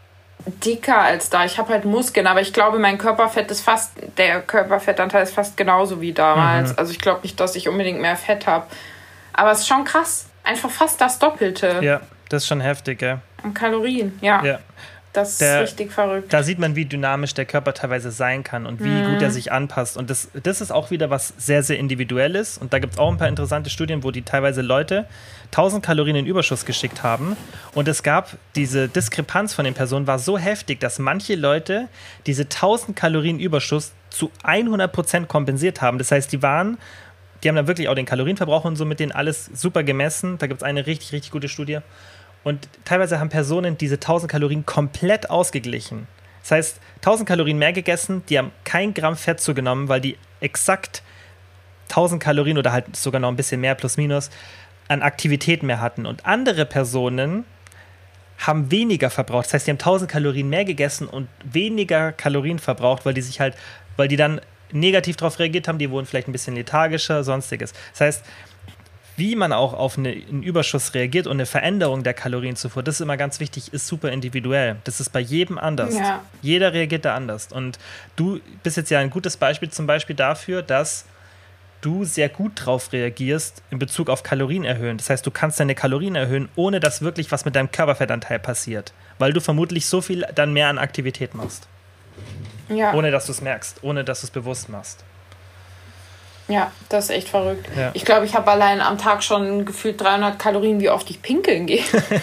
dicker als da. Ich habe halt Muskeln, aber ich glaube, mein Körperfett ist fast, der Körperfettanteil ist fast genauso wie damals. Mhm. Also ich glaube nicht, dass ich unbedingt mehr Fett habe. Aber es ist schon krass. Einfach fast das Doppelte. Ja, das ist schon heftig, ja. An Kalorien, ja. Ja. Das ist der, richtig verrückt. Da sieht man, wie dynamisch der Körper teilweise sein kann und wie mhm. gut er sich anpasst. Und das, das ist auch wieder was sehr, sehr Individuelles. Und da gibt es auch ein paar interessante Studien, wo die teilweise Leute tausend Kalorien in Überschuss geschickt haben. Und es gab diese Diskrepanz von den Personen, war so heftig, dass manche Leute diese tausend Kalorien Überschuss zu hundert Prozent kompensiert haben. Das heißt, die waren... Die haben dann wirklich auch den Kalorienverbrauch und so mit denen alles super gemessen. Da gibt es eine richtig, richtig gute Studie. Und teilweise haben Personen diese tausend Kalorien komplett ausgeglichen. Das heißt, tausend Kalorien mehr gegessen, die haben kein Gramm Fett zugenommen, weil die exakt tausend Kalorien oder halt sogar noch ein bisschen mehr plus minus an Aktivität mehr hatten. Und andere Personen haben weniger verbraucht. Das heißt, die haben tausend Kalorien mehr gegessen und weniger Kalorien verbraucht, weil die sich halt, weil die dann negativ darauf reagiert haben, die wurden vielleicht ein bisschen lethargischer, sonstiges. Das heißt, wie man auch auf eine, einen Überschuss reagiert und eine Veränderung der Kalorienzufuhr, das ist immer ganz wichtig, ist super individuell. Das ist bei jedem anders. Ja. Jeder reagiert da anders. Und du bist jetzt ja ein gutes Beispiel zum Beispiel dafür, dass du sehr gut drauf reagierst in Bezug auf Kalorien erhöhen. Das heißt, du kannst deine Kalorien erhöhen, ohne dass wirklich was mit deinem Körperfettanteil passiert. Weil du vermutlich so viel dann mehr an Aktivität machst. Ja. Ohne dass du es merkst, ohne dass du es bewusst machst. Ja, das ist echt verrückt. Ja. Ich glaube, ich habe allein am Tag schon gefühlt dreihundert Kalorien, wie oft ich pinkeln gehe.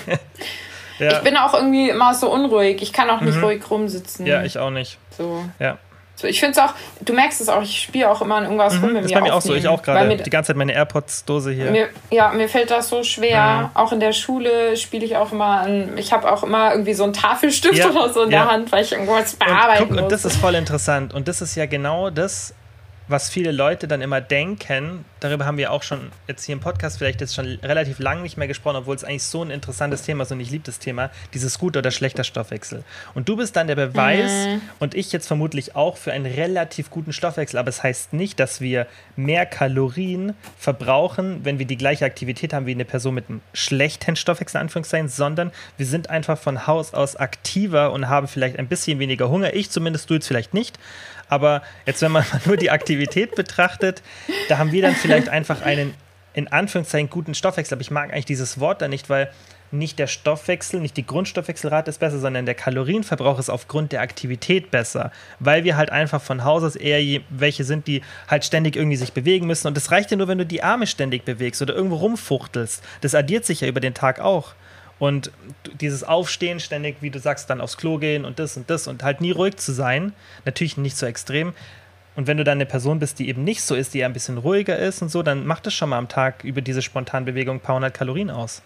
Ja. Ich bin auch irgendwie immer so unruhig. Ich kann auch nicht mhm. ruhig rumsitzen. Ja, ich auch nicht. So. Ja. So, ich finde es auch, du merkst es auch, ich spiele auch immer an irgendwas mhm, rum mit mir. Das ist bei mir aufnehmen, auch so, ich auch gerade. Die ganze Zeit meine AirPods-Dose hier. Mir, ja, mir fällt das so schwer. Mhm. Auch in der Schule spiele ich auch immer an, ich habe auch immer irgendwie so einen Tafelstift ja, oder so in ja. der Hand, weil ich irgendwas bearbeiten und, guck, muss. Und das ist voll interessant. Und das ist ja genau das, was viele Leute dann immer denken, darüber haben wir auch schon jetzt hier im Podcast vielleicht jetzt schon relativ lang nicht mehr gesprochen, obwohl es eigentlich so ein interessantes Thema ist und ich liebe das Thema, dieses guter oder schlechter Stoffwechsel. Und du bist dann der Beweis mhm. und ich jetzt vermutlich auch für einen relativ guten Stoffwechsel, aber es heißt nicht, dass wir mehr Kalorien verbrauchen, wenn wir die gleiche Aktivität haben wie eine Person mit einem schlechten Stoffwechsel, in Anführungszeichen, sondern wir sind einfach von Haus aus aktiver und haben vielleicht ein bisschen weniger Hunger. Ich zumindest, du jetzt vielleicht nicht. Aber jetzt, wenn man nur die Aktivität betrachtet, da haben wir dann vielleicht einfach einen, in Anführungszeichen, guten Stoffwechsel. Aber ich mag eigentlich dieses Wort da nicht, weil nicht der Stoffwechsel, nicht die Grundstoffwechselrate ist besser, sondern der Kalorienverbrauch ist aufgrund der Aktivität besser. Weil wir halt einfach von Haus aus eher welche sind, die halt ständig irgendwie sich bewegen müssen. Und das reicht ja nur, wenn du die Arme ständig bewegst oder irgendwo rumfuchtelst. Das addiert sich ja über den Tag auch. Und dieses Aufstehen ständig, wie du sagst, dann aufs Klo gehen und das und das und halt nie ruhig zu sein, natürlich nicht so extrem. Und wenn du dann eine Person bist, die eben nicht so ist, die eher ein bisschen ruhiger ist und so, dann macht es schon mal am Tag über diese Spontanbewegung ein paar hundert Kalorien aus.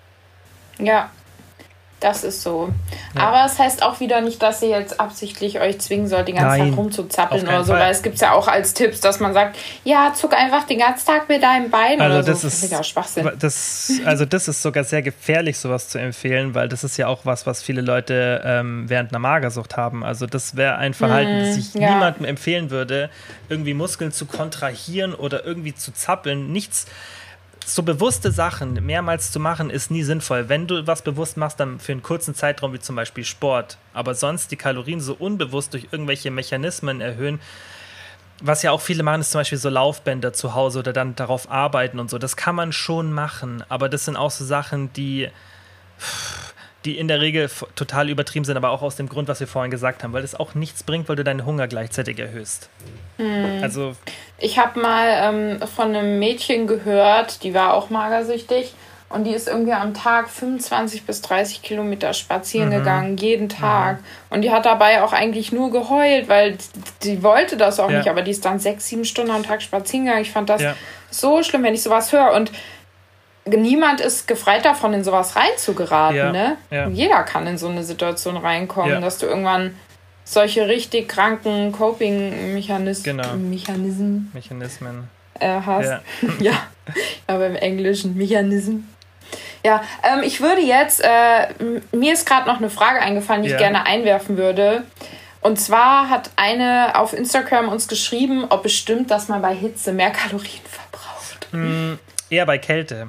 Ja, das ist so. Ja. Aber es heißt auch wieder nicht, dass ihr jetzt absichtlich euch zwingen sollt, den ganzen Nein, Tag rumzuzappeln oder so, Fall. Weil es gibt ja auch als Tipps, dass man sagt, ja, zuck einfach den ganzen Tag mit deinem Bein also oder das so. Ist, das ist ja auch Schwachsinn. Das, also das ist sogar sehr gefährlich, sowas zu empfehlen, weil das ist ja auch was, was viele Leute ähm, während einer Magersucht haben. Also das wäre ein Verhalten, mm, das ich ja. niemandem empfehlen würde, irgendwie Muskeln zu kontrahieren oder irgendwie zu zappeln. Nichts... So bewusste Sachen mehrmals zu machen, ist nie sinnvoll. Wenn du was bewusst machst, dann für einen kurzen Zeitraum, wie zum Beispiel Sport. Aber sonst die Kalorien so unbewusst durch irgendwelche Mechanismen erhöhen. Was ja auch viele machen, ist zum Beispiel so Laufbänder zu Hause oder dann darauf arbeiten und so. Das kann man schon machen, aber das sind auch so Sachen, die... die in der Regel f- total übertrieben sind, aber auch aus dem Grund, was wir vorhin gesagt haben, weil das auch nichts bringt, weil du deinen Hunger gleichzeitig erhöhst. Hm. Also ich habe mal ähm, von einem Mädchen gehört, die war auch magersüchtig und die ist irgendwie am Tag fünfundzwanzig bis dreißig Kilometer spazieren mhm. gegangen, jeden Tag. Mhm. Und die hat dabei auch eigentlich nur geheult, weil die wollte das auch ja. nicht, aber die ist dann sechs, sieben Stunden am Tag spazieren gegangen. Ich fand das ja. so schlimm, wenn ich sowas höre. Und niemand ist gefreit davon, in sowas reinzugeraten. Ja, ne? Ja. Jeder kann in so eine Situation reinkommen, ja. dass du irgendwann solche richtig kranken Coping-Mechanismen genau. Mechanismen, Mechanismen. Äh, hast. Ja, ja. Aber im Englischen Mechanismen. Ja, ähm, ich würde jetzt, äh, mir ist gerade noch eine Frage eingefallen, die ja. ich gerne einwerfen würde. Und zwar hat eine auf Instagram uns geschrieben, ob es stimmt, dass man bei Hitze mehr Kalorien verbraucht. Mm, eher bei Kälte.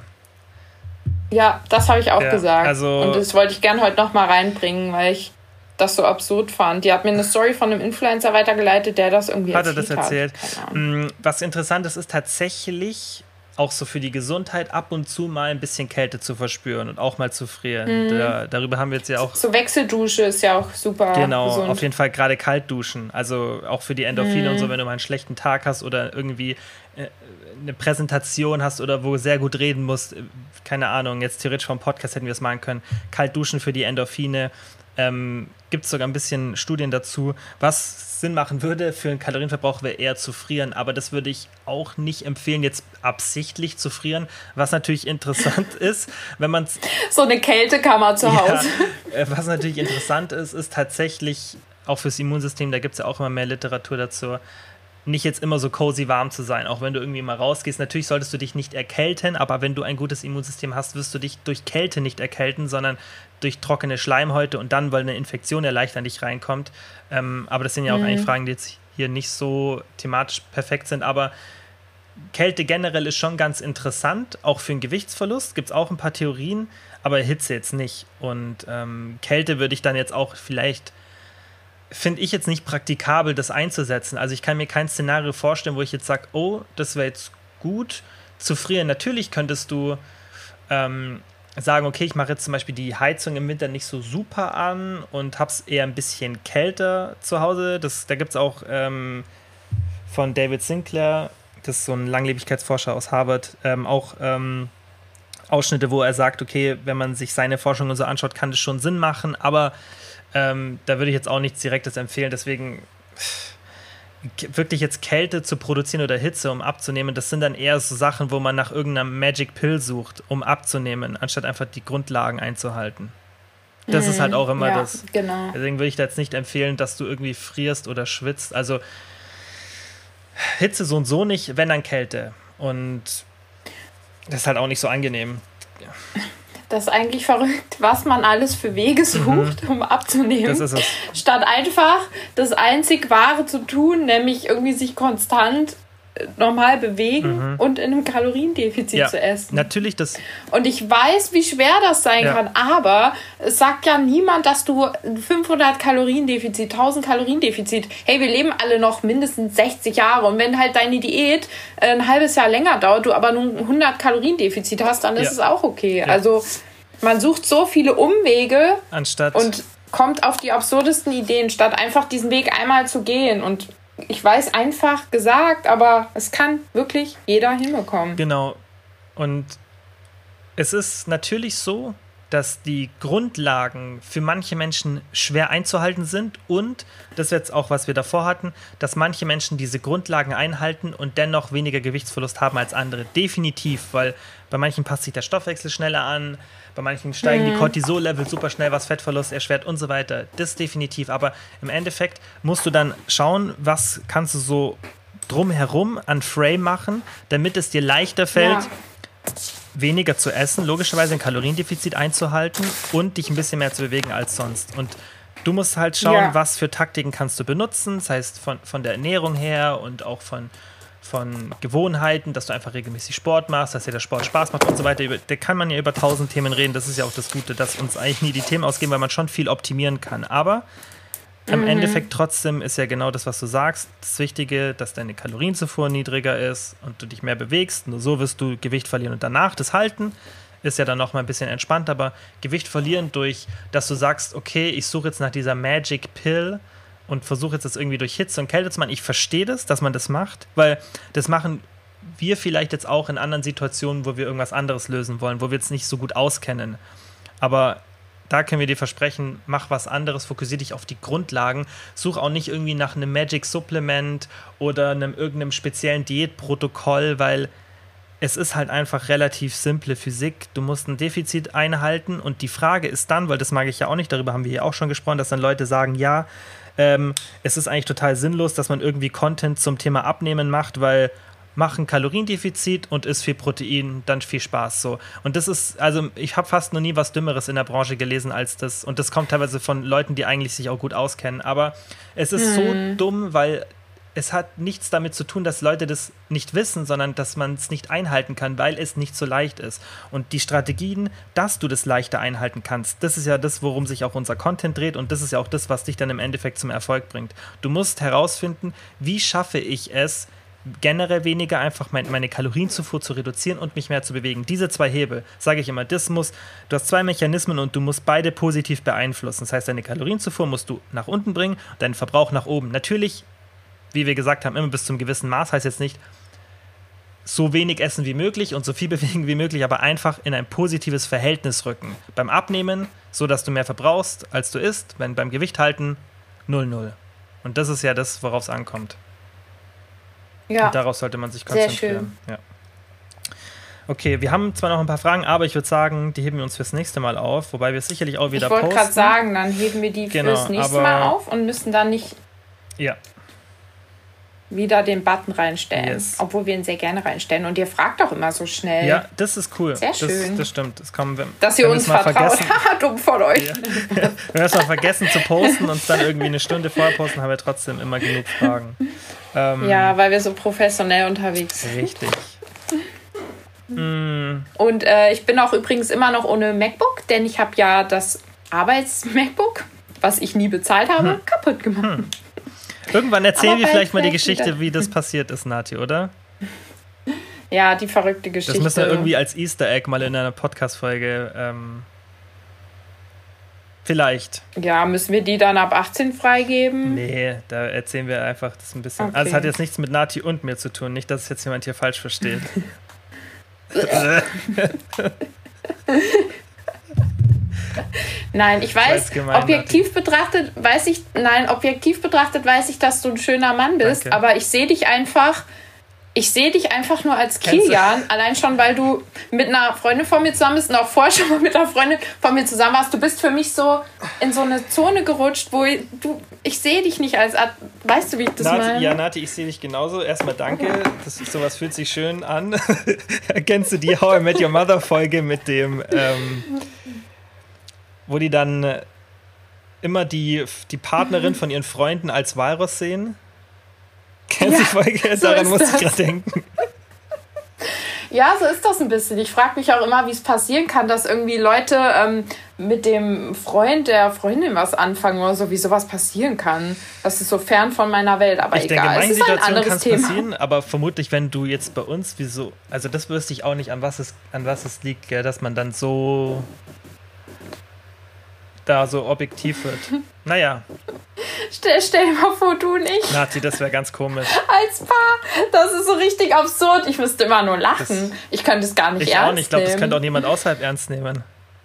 Ja, das habe ich auch ja, gesagt. Also und das wollte ich gerne heute noch mal reinbringen, weil ich das so absurd fand. Die hat mir eine Story von einem Influencer weitergeleitet, der das irgendwie hat erzählt er das erzählt. hat. Was interessant ist, ist tatsächlich auch so für die Gesundheit ab und zu mal ein bisschen Kälte zu verspüren und auch mal zu frieren. Mhm. Da, darüber haben wir jetzt ja auch... So Wechseldusche ist ja auch super Genau, gesund. Auf jeden Fall gerade kalt duschen. Also auch für die Endorphine mhm. und so, wenn du mal einen schlechten Tag hast oder irgendwie äh, eine Präsentation hast oder wo sehr gut reden musst, keine Ahnung, jetzt theoretisch vom Podcast hätten wir es machen können, kalt duschen für die Endorphine. Ähm, gibt es sogar ein bisschen Studien dazu, was Sinn machen würde für einen Kalorienverbrauch, wäre eher zu frieren, aber das würde ich auch nicht empfehlen, jetzt absichtlich zu frieren, was natürlich interessant ist, wenn man so eine Kältekammer zu Hause. Ja, was natürlich interessant ist, ist tatsächlich auch fürs Immunsystem, da gibt es ja auch immer mehr Literatur dazu, nicht jetzt immer so cozy warm zu sein, auch wenn du irgendwie mal rausgehst. Natürlich solltest du dich nicht erkälten, aber wenn du ein gutes Immunsystem hast, wirst du dich durch Kälte nicht erkälten, sondern durch trockene Schleimhäute und dann, weil eine Infektion ja leicht an dich reinkommt. Ähm, aber das sind ja auch mhm. eigentlich Fragen, die jetzt hier nicht so thematisch perfekt sind, aber Kälte generell ist schon ganz interessant, auch für einen Gewichtsverlust. Gibt es auch ein paar Theorien, aber Hitze jetzt nicht. Und ähm, Kälte würde ich dann jetzt auch vielleicht, finde ich jetzt nicht praktikabel, das einzusetzen. Also ich kann mir kein Szenario vorstellen, wo ich jetzt sage, oh, das wäre jetzt gut zu frieren. Natürlich könntest du ähm, sagen, okay, ich mache jetzt zum Beispiel die Heizung im Winter nicht so super an und habe es eher ein bisschen kälter zu Hause. Das, da gibt es auch ähm, von David Sinclair, das ist so ein Langlebigkeitsforscher aus Harvard, ähm, auch ähm, Ausschnitte, wo er sagt, okay, wenn man sich seine Forschung und so anschaut, kann das schon Sinn machen, aber ähm, da würde ich jetzt auch nichts Direktes empfehlen. Deswegen wirklich jetzt Kälte zu produzieren oder Hitze, um abzunehmen, das sind dann eher so Sachen, wo man nach irgendeiner Magic Pill sucht, um abzunehmen, anstatt einfach die Grundlagen einzuhalten. Das mm, ist halt auch immer ja, das. Genau. Deswegen würde ich da jetzt nicht empfehlen, dass du irgendwie frierst oder schwitzt. Also Hitze so und so nicht, wenn dann Kälte. Und das ist halt auch nicht so angenehm. Ja. Das ist eigentlich verrückt, was man alles für Wege sucht, mhm. um abzunehmen. Das ist es. Statt einfach das einzig Wahre zu tun, nämlich irgendwie sich konstant normal bewegen mhm. und in einem Kaloriendefizit ja, zu essen. Natürlich das. Und ich weiß, wie schwer das sein ja. kann, aber es sagt ja niemand, dass du fünfhundert Kaloriendefizit, tausend Kaloriendefizit, hey, wir leben alle noch mindestens sechzig Jahre und wenn halt deine Diät ein halbes Jahr länger dauert, du aber nur hundert Kaloriendefizit hast, dann ist ja. es auch okay. Ja. Also man sucht so viele Umwege anstatt und kommt auf die absurdesten Ideen, statt einfach diesen Weg einmal zu gehen. Und ich weiß, einfach gesagt, aber es kann wirklich jeder hinbekommen. Genau. Und es ist natürlich so, dass die Grundlagen für manche Menschen schwer einzuhalten sind und, das ist jetzt auch, was wir davor hatten, dass manche Menschen diese Grundlagen einhalten und dennoch weniger Gewichtsverlust haben als andere. Definitiv, weil bei manchen passt sich der Stoffwechsel schneller an, bei manchen steigen hm. die Cortisol-Level super schnell, was Fettverlust erschwert und so weiter. Das definitiv, aber im Endeffekt musst du dann schauen, was kannst du so drumherum an Frame machen, damit es dir leichter fällt, ja. weniger zu essen, logischerweise ein Kaloriendefizit einzuhalten und dich ein bisschen mehr zu bewegen als sonst. Und du musst halt schauen, ja. was für Taktiken kannst du benutzen, das heißt von, von der Ernährung her und auch von, von Gewohnheiten, dass du einfach regelmäßig Sport machst, dass dir der Sport Spaß macht und so weiter. Da kann man ja über tausend Themen reden, das ist ja auch das Gute, dass uns eigentlich nie die Themen ausgehen, weil man schon viel optimieren kann. Aber im mhm. Endeffekt trotzdem ist ja genau das, was du sagst, das Wichtige, dass deine Kalorienzufuhr niedriger ist und du dich mehr bewegst. Nur so wirst du Gewicht verlieren und danach das halten. Ist ja dann noch mal ein bisschen entspannt, aber Gewicht verlieren durch, dass du sagst, okay, ich suche jetzt nach dieser Magic Pill und versuche jetzt das irgendwie durch Hitze und Kälte zu machen. Ich verstehe das, dass man das macht, weil das machen wir vielleicht jetzt auch in anderen Situationen, wo wir irgendwas anderes lösen wollen, wo wir jetzt nicht so gut auskennen. Aber da können wir dir versprechen, mach was anderes, fokussiere dich auf die Grundlagen, such auch nicht irgendwie nach einem Magic Supplement oder einem irgendeinem speziellen Diätprotokoll, weil es ist halt einfach relativ simple Physik. Du musst ein Defizit einhalten und die Frage ist dann, weil das mag ich ja auch nicht, darüber haben wir hier auch schon gesprochen, dass dann Leute sagen, ja, ähm, es ist eigentlich total sinnlos, dass man irgendwie Content zum Thema Abnehmen macht, weil machen Kaloriendefizit und isst viel Protein, dann viel Spaß so. Und das ist, also ich habe fast noch nie was Dümmeres in der Branche gelesen als das. Und das kommt teilweise von Leuten, die eigentlich sich auch gut auskennen. Aber es ist hm. so dumm, weil es hat nichts damit zu tun, dass Leute das nicht wissen, sondern dass man es nicht einhalten kann, weil es nicht so leicht ist. Und die Strategien, dass du das leichter einhalten kannst, das ist ja das, worum sich auch unser Content dreht und das ist ja auch das, was dich dann im Endeffekt zum Erfolg bringt. Du musst herausfinden, wie schaffe ich es, generell weniger einfach mein, meine Kalorienzufuhr zu reduzieren und mich mehr zu bewegen. Diese zwei Hebel, sage ich immer, das muss, du hast zwei Mechanismen und du musst beide positiv beeinflussen. Das heißt, deine Kalorienzufuhr musst du nach unten bringen, deinen Verbrauch nach oben. Natürlich, wie wir gesagt haben, immer bis zum gewissen Maß, heißt jetzt nicht so wenig essen wie möglich und so viel bewegen wie möglich, aber einfach in ein positives Verhältnis rücken. Beim Abnehmen, so dass du mehr verbrauchst, als du isst, wenn beim Gewicht halten, null null. Und das ist ja das, worauf es ankommt. Ja. Und darauf sollte man sich konzentrieren. Sehr schön. Ja. Okay, wir haben zwar noch ein paar Fragen, aber ich würde sagen, die heben wir uns fürs nächste Mal auf, wobei wir sicherlich auch wieder posten. Ich wollte gerade sagen, dann heben wir die genau, fürs nächste Mal auf und müssen dann nicht ja. wieder den Button reinstellen, yes. obwohl wir ihn sehr gerne reinstellen. Und ihr fragt auch immer so schnell. Ja, das ist cool. Sehr schön. Das, das stimmt. Das kommen wir, Dass ihr uns vertraut. Dumm von euch. Ja. Wenn wir es mal vergessen zu posten und es dann irgendwie eine Stunde vorher posten, haben wir trotzdem immer genug Fragen. Ähm, ja, weil wir so professionell unterwegs sind. Richtig. mm. Und äh, ich bin auch übrigens immer noch ohne MacBook, denn ich habe ja das Arbeits-MacBook, was ich nie bezahlt habe, hm. kaputt gemacht. Hm. Irgendwann erzählen wir vielleicht mal die Geschichte, wieder. wie das passiert ist, Nati, oder? Ja, die verrückte Geschichte. Das müssen wir irgendwie als Easter Egg mal in einer Podcast-Folge ähm, vielleicht. Ja, müssen wir die dann ab achtzehn freigeben? Nee, da erzählen wir einfach das ein bisschen. Okay. Also es hat jetzt nichts mit Nati und mir zu tun, nicht, dass es jetzt jemand hier falsch versteht. Nein, ich weiß, gemein, objektiv Nati. betrachtet weiß ich, nein, objektiv betrachtet weiß ich, dass du ein schöner Mann bist, Danke. aber ich sehe dich einfach, ich sehe dich einfach nur als Kilian, allein schon, weil du mit einer Freundin von mir zusammen bist und auch vorher schon mal mit einer Freundin von mir zusammen warst. Du bist für mich so in so eine Zone gerutscht, wo ich, du, ich sehe dich nicht als, weißt du, wie ich das Nati, meine? Ja, Nati, ich sehe dich genauso. Erstmal danke, das, sowas fühlt sich schön an. Kennst du die How I Met Your Mother Folge mit dem, ähm, wo die dann immer die, die Partnerin von ihren Freunden als Walross sehen? Kennst du die Folge? So Daran muss das. ich gerade denken. Ja, so ist das ein bisschen. Ich frage mich auch immer, wie es passieren kann, dass irgendwie Leute ähm, mit dem Freund der Freundin was anfangen oder so, wie sowas passieren kann. Das ist so fern von meiner Welt, aber ich egal. denke, Es ist ein anderes kann Thema. passieren, aber vermutlich, wenn du jetzt bei uns, wieso, also das wüsste ich auch nicht, an was es, an was es liegt, gell, dass man dann so da so objektiv wird. Naja. Stell, stell dir mal vor, du und ich. Nati, das wäre ganz komisch. Als Paar. Das ist so richtig absurd. Ich müsste immer nur lachen. Das, ich könnte es gar nicht ich ernst auch nicht. Ich glaube, das nehmen. könnte auch niemand außerhalb ernst nehmen.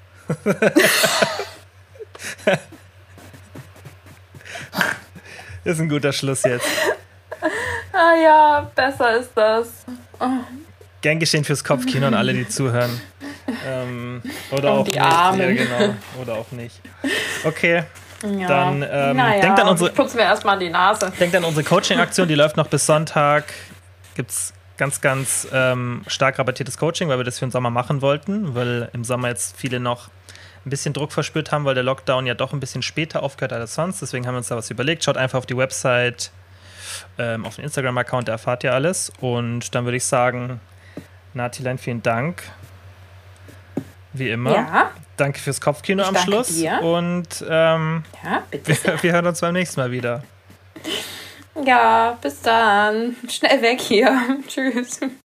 Das ist ein guter Schluss jetzt. Ah ja, besser ist das. Oh. Gern geschehen fürs Kopfkino an alle, die zuhören. Ähm, oder Und auch die nicht. Armen. Ja, genau. Oder auch nicht. Okay. Ja. Dann ähm, naja, denkt an unsere, putzen wir erstmal die Nase. denkt an unsere Coaching-Aktion, die läuft noch bis Sonntag. Gibt es ganz, ganz ähm, stark rabattiertes Coaching, weil wir das für den Sommer machen wollten, weil im Sommer jetzt viele noch ein bisschen Druck verspürt haben, weil der Lockdown ja doch ein bisschen später aufgehört als sonst. Deswegen haben wir uns da was überlegt. Schaut einfach auf die Website, ähm, auf den Instagram-Account, da erfahrt ihr alles. Und dann würde ich sagen, Natilein, vielen Dank. Wie immer. Ja. Danke fürs Kopfkino Ich am danke Schluss. dir. Und ähm, Ja, bitte. wir, wir hören uns beim nächsten Mal wieder. Ja, bis dann. Schnell weg hier. Tschüss.